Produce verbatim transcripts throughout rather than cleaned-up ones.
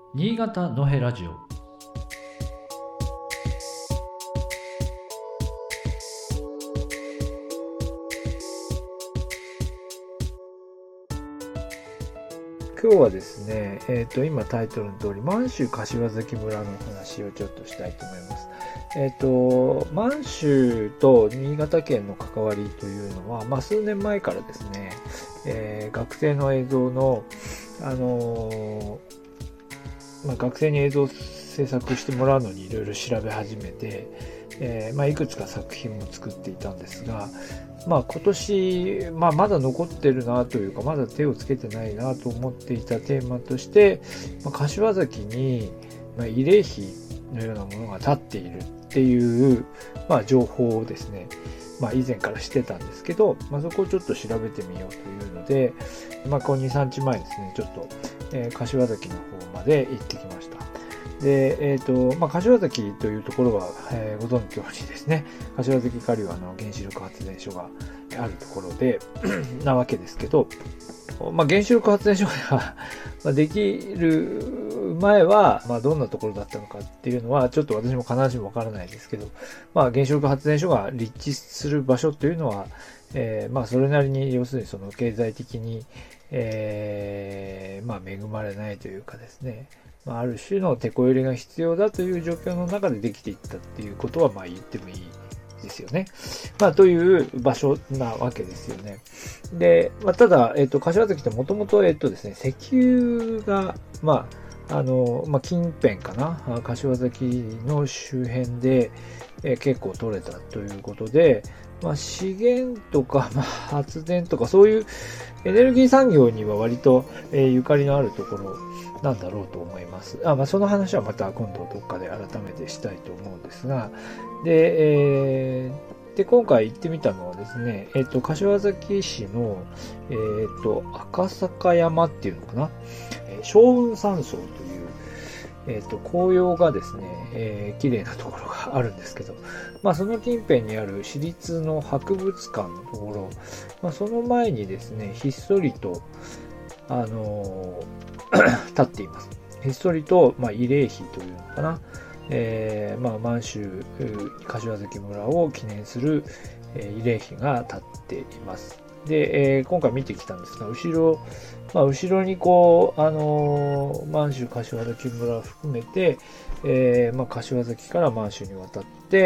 新潟のへラジオ。 今日はですね、えっと、今タイトルの通り、満州柏崎村の話をちょっとしたいと思います。えっと、満州と新潟県の関わりというのは、まあ、数年前からですね、えー学生の映像の、あのーまあ、学生に映像を制作してもらうのにいろいろ調べ始めて、えーまあ、いくつか作品も作っていたんですが、まあ、今年、まあ、まだ残ってるなというか、まだ手をつけてないなと思っていたテーマとして、まあ、柏崎に、まあ、慰霊碑のようなものが立っているっていう、まあ、情報をですね、まあ、以前からしてたんですけど、まあ、そこをちょっと調べてみようというので、まあ、こうに、さんにちまえですね、ちょっと、えー柏崎の方まで行ってきました。で、えっ、と、まあ、柏崎というところは、えーご存知の通りですね、柏崎下流はあの原子力発電所があるところでなわけですけど、まあ、原子力発電所がまあできる前は、まあ、どんなところだったのかっていうのは、ちょっと私も必ずしもわからないですけど、まあ、原子力発電所が立地する場所というのは、えーまあ、それなりに、要するにその経済的に、えーまあ、恵まれないというかですね、まあ、ある種の手こ入れが必要だという状況の中でできていったっていうことは、まあ、言ってもいいですよね。まあ、という場所なわけですよね。で、まあ、ただ、えっ、と、柏崎ってもともと、えっ、とですね、石油が、まあ、あの、まあ、近辺かな、あ柏崎の周辺で、えー結構取れたということで、まあ、資源とか、まあ、発電とか、そういうエネルギー産業には割と、えーゆかりのあるところなんだろうと思います。あ、まあ、その話はまた今度どっかで改めてしたいと思うんですが、で、えーで、今回行ってみたのはですね、えっ、と、柏崎市の、えっ、と、赤坂山っていうのかな、えー松雲山荘という、えっ、と、紅葉がですね、えー綺麗なところがあるんですけど、まあ、その近辺にある市立の博物館のところ、まあ、その前にですね、ひっそりと、あのー立っています。ひっそりと、まあ、慰霊碑というのかな、えーまあ、満州柏崎村を記念する、えー慰霊碑が立っています。で、えー今回見てきたんですが、後ろ、まあ、後ろにこう、あのー満州柏崎村を含めて、えーまあ、柏崎から満州に渡って、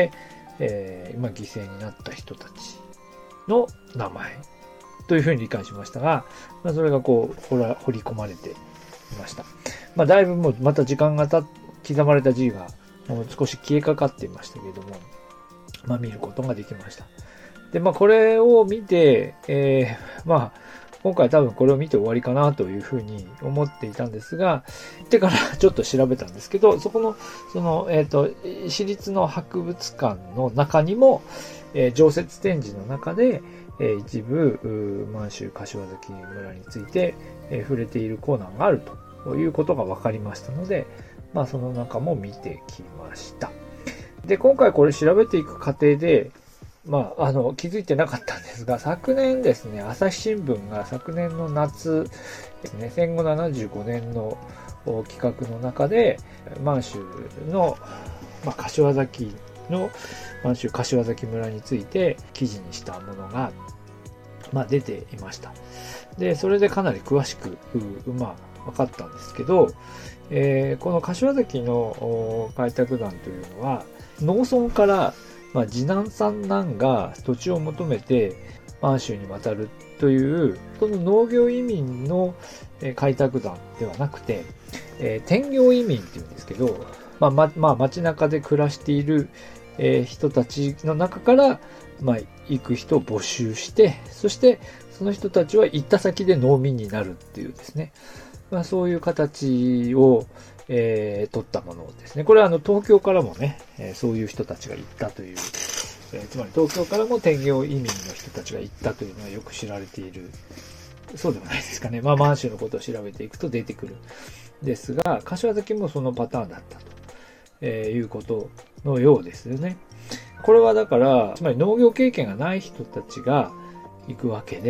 えー今犠牲になった人たちの名前というふうに理解しましたが、まあ、それがこう掘ら掘り込まれていました。まあ、だいぶもうまた時間がた刻まれた字がもう少し消えかかっていましたけれども、まあ、見ることができました。で、まあ、これを見て、えー、まあ、今回多分これを見て終わりかなというふうに思っていたんですが、行ってからちょっと調べたんですけど、そこの、その、えっ、と、私立の博物館の中にも、えー常設展示の中で、えー一部、うー満州柏崎村について、えー触れているコーナーがあるということが分かりましたので、まあ、その中も見てきました。で、今回これ調べていく過程で、まあ、あの、気づいてなかったんですが、昨年ですね、朝日新聞が昨年の夏ですね、戦後ななじゅうごねんの企画の中で、満州の、まあ、柏崎の、満州柏崎村について記事にしたものが、まあ、出ていました。で、それでかなり詳しく、うまあ、分かったんですけど、えーこの柏崎のお開拓団というのは、農村から、まあ、次男三男が土地を求めて満州に渡るという、その農業移民のえー開拓団ではなくて、えー転業移民っていうんですけど、まあ、ま、まあ、街中で暮らしている、えー人たちの中から、まあ、行く人を募集して、そしてその人たちは行った先で農民になるっていうですね、まあ、そういう形を、えー取ったものですね。これはあの東京からもね、えーそういう人たちが行ったという、えーつまり東京からも転業移民の人たちが行ったというのはよく知られている。そうでもないですかね。まあ、満州のことを調べていくと出てくる。ですが、柏崎もそのパターンだったと、えーいうことのようですよね。これはだから、つまり農業経験がない人たちが行くわけで、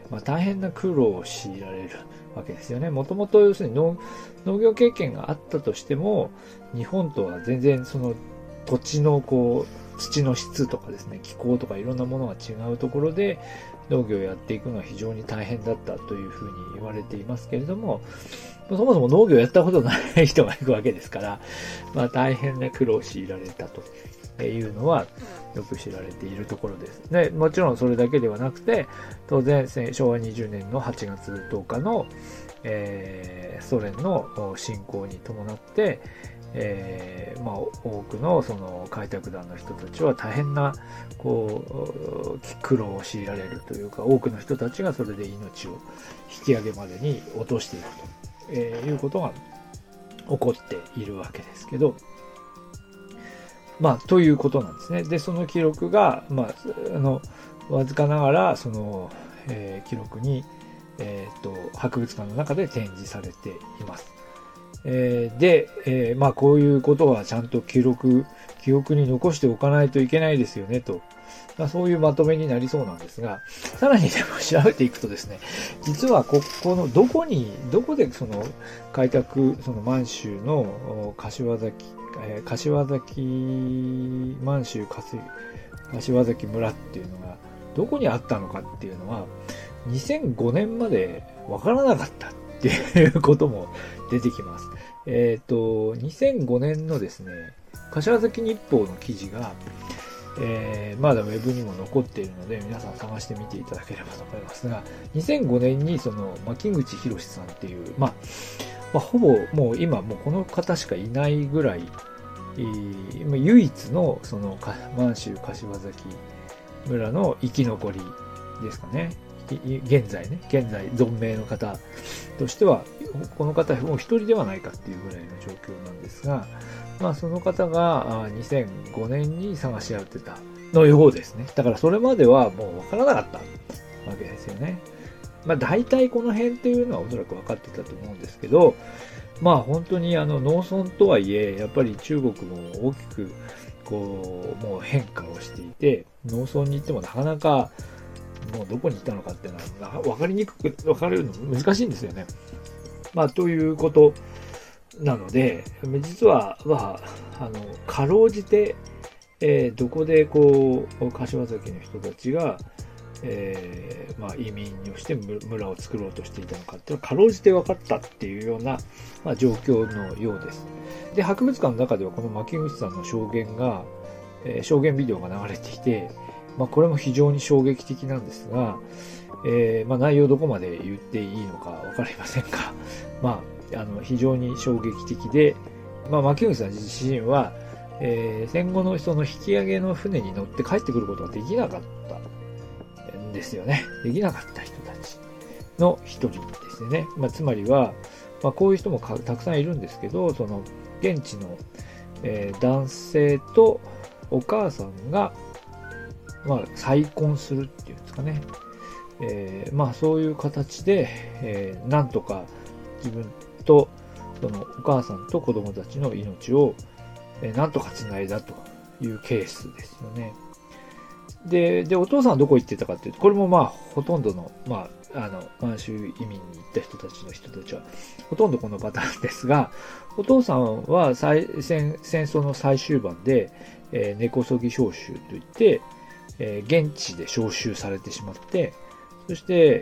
まあ、大変な苦労を強いられるわけですよね。もともと要するに 農, 農業経験があったとしても、日本とは全然その土地のこう土の質とかですね、気候とかいろんなものが違うところで農業をやっていくのは非常に大変だったというふうに言われていますけれども、そもそも農業をやったことない人がいるわけですから、まあ、大変な苦労を強いられたというのはよく知られているところです。で、もちろんそれだけではなくて、当然しょうわにじゅうねんのはちがつとおかの、えー、ソ連の侵攻に伴って、えーまあ、多くのその開拓団の人たちは大変なこう苦労を強いられるというか、多くの人たちがそれで命を引き上げまでに落としていくと、えー、いうことが起こっているわけですけど、まあということなんですね。で、その記録が、まあ、あのわずかながらその、えー、記録に、えー、と博物館の中で展示されています。えー、で、えー、まあこういうことはちゃんと記録、記憶に残しておかないといけないですよねと、まあ、そういうまとめになりそうなんですが、さらにでも調べていくとですね、実はここのどこに、どこでその開拓、その満州の柏崎、えー、柏崎、満州柏崎村っていうのがどこにあったのかっていうのは、にせんごねんまでわからなかったっていうことも出てきます。えっと、にせんごねんのですね、柏崎日報の記事が、えー、まだウェブにも残っているので、皆さん探してみていただければと思いますが、にせんごねんにその、牧口博さんっていう、まあ、まあ、ほぼもう今もうこの方しかいないぐらい、えー、唯一のその満州柏崎村の生き残りですかね。現在ね、現在存命の方としては、この方もう一人ではないかっていうぐらいの状況なんですが、まあその方がにせんごねんに探し当てたのようですね。だからそれまではもうわからなかったわけですよね。まあ大体この辺っていうのはおそらく分かってたと思うんですけど、まあ本当にあの農村とはいえ、やっぱり中国も大きくこうもう変化をしていて、農村に行ってもなかなかもうどこに行ったのかっていうのは分かりにくく、分かるの難しいんですよね。まあということなので、実は、まあ、あの、かろうじて、えー、どこでこう、柏崎の人たちが、えー、まあ移民をして村を作ろうとしていたのかっていうのはかろうじて分かったっていうような、まあ、状況のようです。で、博物館の中ではこの牧口さんの証言が、えー、証言ビデオが流れていて、まあこれも非常に衝撃的なんですが、えー、まあ内容どこまで言っていいのか分かりませんが、まあ、あの非常に衝撃的で、まあ、牧口さん自身は、えー、戦後のその引き上げの船に乗って帰ってくることができなかったんですよね。できなかった人たちの一人ですね。まあ、つまりは、まあ、こういう人もたくさんいるんですけど、その現地の、えー、男性とお母さんが、まあ、再婚するっていうんですかね。えー、まあそういう形で、えー、なんとか自分とそのお母さんと子供たちの命を、えー、なんとか繋いだというケースですよね。で、で、お父さんはどこ行ってたかっていうと、これもまあほとんどの、まあ、あの、満州移民に行った人たちの人たちは、ほとんどこのパターンですが、お父さんは戦戦争の最終盤で、えー、根こそぎ召集といって、えー、現地で召集されてしまって、そして、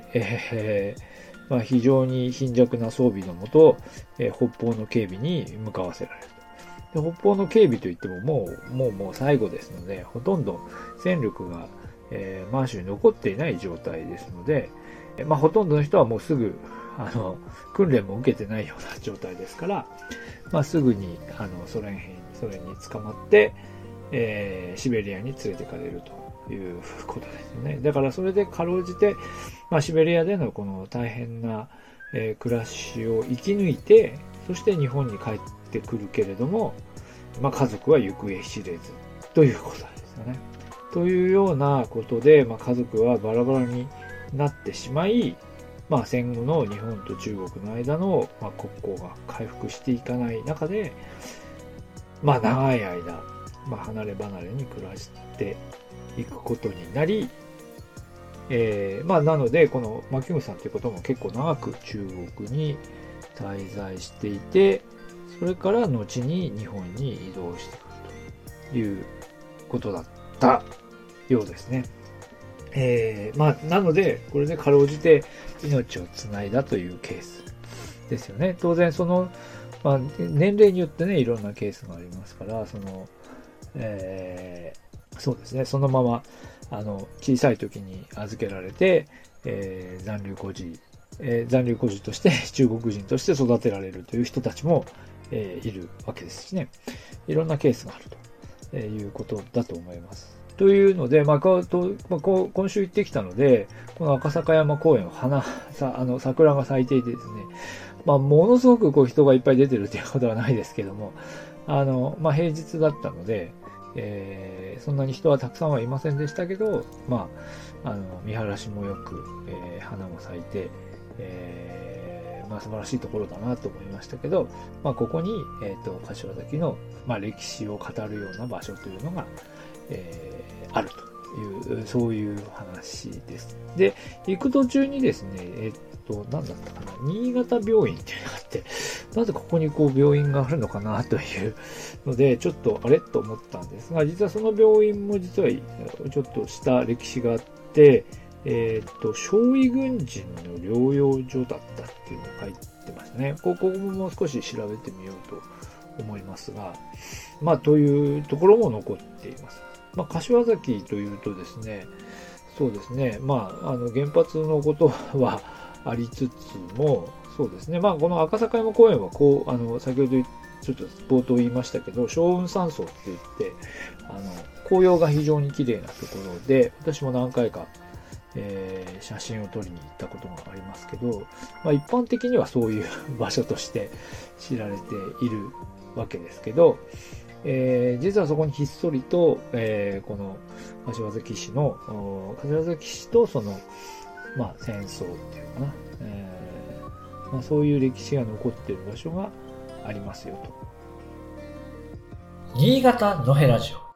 えーまあ、非常に貧弱な装備のもと、えー、北方の警備に向かわせられると。で、北方の警備といってももう、もうもう最後ですので、ほとんど戦力が、えー、満州に残っていない状態ですので、まあ、ほとんどの人はもうすぐ、あの、訓練も受けてないような状態ですから、まあ、すぐに、あの、ソ連兵に、ソ連に捕まって、えー、シベリアに連れてかれると。いうことですよね。だからそれでかろうじて、まあ、シベリアでのこの大変な、えー、暮らしを生き抜いて、そして日本に帰ってくるけれども、まあ、家族は行方知れずということですよね。というようなことで、まあ、家族はバラバラになってしまい、まあ、戦後の日本と中国の間の、まあ、国交が回復していかない中で、まあ、長い間、まあ、離れ離れに暮らしていくことになり、 えー、まあなのでこの牧口さんということも結構長く中国に滞在していて、それから後に日本に移動してくるということだったようですね。えー、まあなのでこれでかろうじて命をつないだというケースですよね。当然その、まあ、年齢によってねいろんなケースがありますから、その、えー、そうですね、そのままあの小さい時に預けられて、えー、残留孤児、えー、残留孤児として中国人として育てられるという人たちも、えー、いるわけですしね。いろんなケースがあるということだと思います。というので、まあことまあ、今週行ってきたので、この赤坂山公園は花さあの桜が咲いていてですね、まあ、ものすごくこう人がいっぱい出てるということはないですけども、あの、まあ、平日だったので、えー、そんなに人はたくさんはいませんでしたけど、まあ、あの、見晴らしもよく、えー、花も咲いて、えー、まあ、素晴らしいところだなと思いましたけど、まあ、ここに、えっと、柏崎の、まあ、歴史を語るような場所というのが、えー、あるという、そういう話です。で、行く途中にですね、えっと、何だったかな、新潟病院っていうのがあって、なぜここにこう病院があるのかなというので、ちょっとあれと思ったんですが、実はその病院も実はちょっとした歴史があって、えっと、傷痍軍人の療養所だったっていうのが書いてましたね。ここももう少し調べてみようと思いますが、まあ、というところも残っています。まあ、柏崎というとですね、そうですね、まあ、あの、原発のことはありつつも、そうですね、まあ、この赤坂山公園は、こう、あの、先ほどちょっと冒頭言いましたけど、松雲山荘って言って、あの、紅葉が非常に綺麗なところで、私も何回か、えー、写真を撮りに行ったことがありますけど、まあ、一般的にはそういう場所として知られているわけですけど、えー、実はそこにひっそりと、えー、この柏崎市の、柏崎市とその、まあ、戦争っていうかな、えーまあ、そういう歴史が残っている場所がありますよと。 新潟のへラジオ。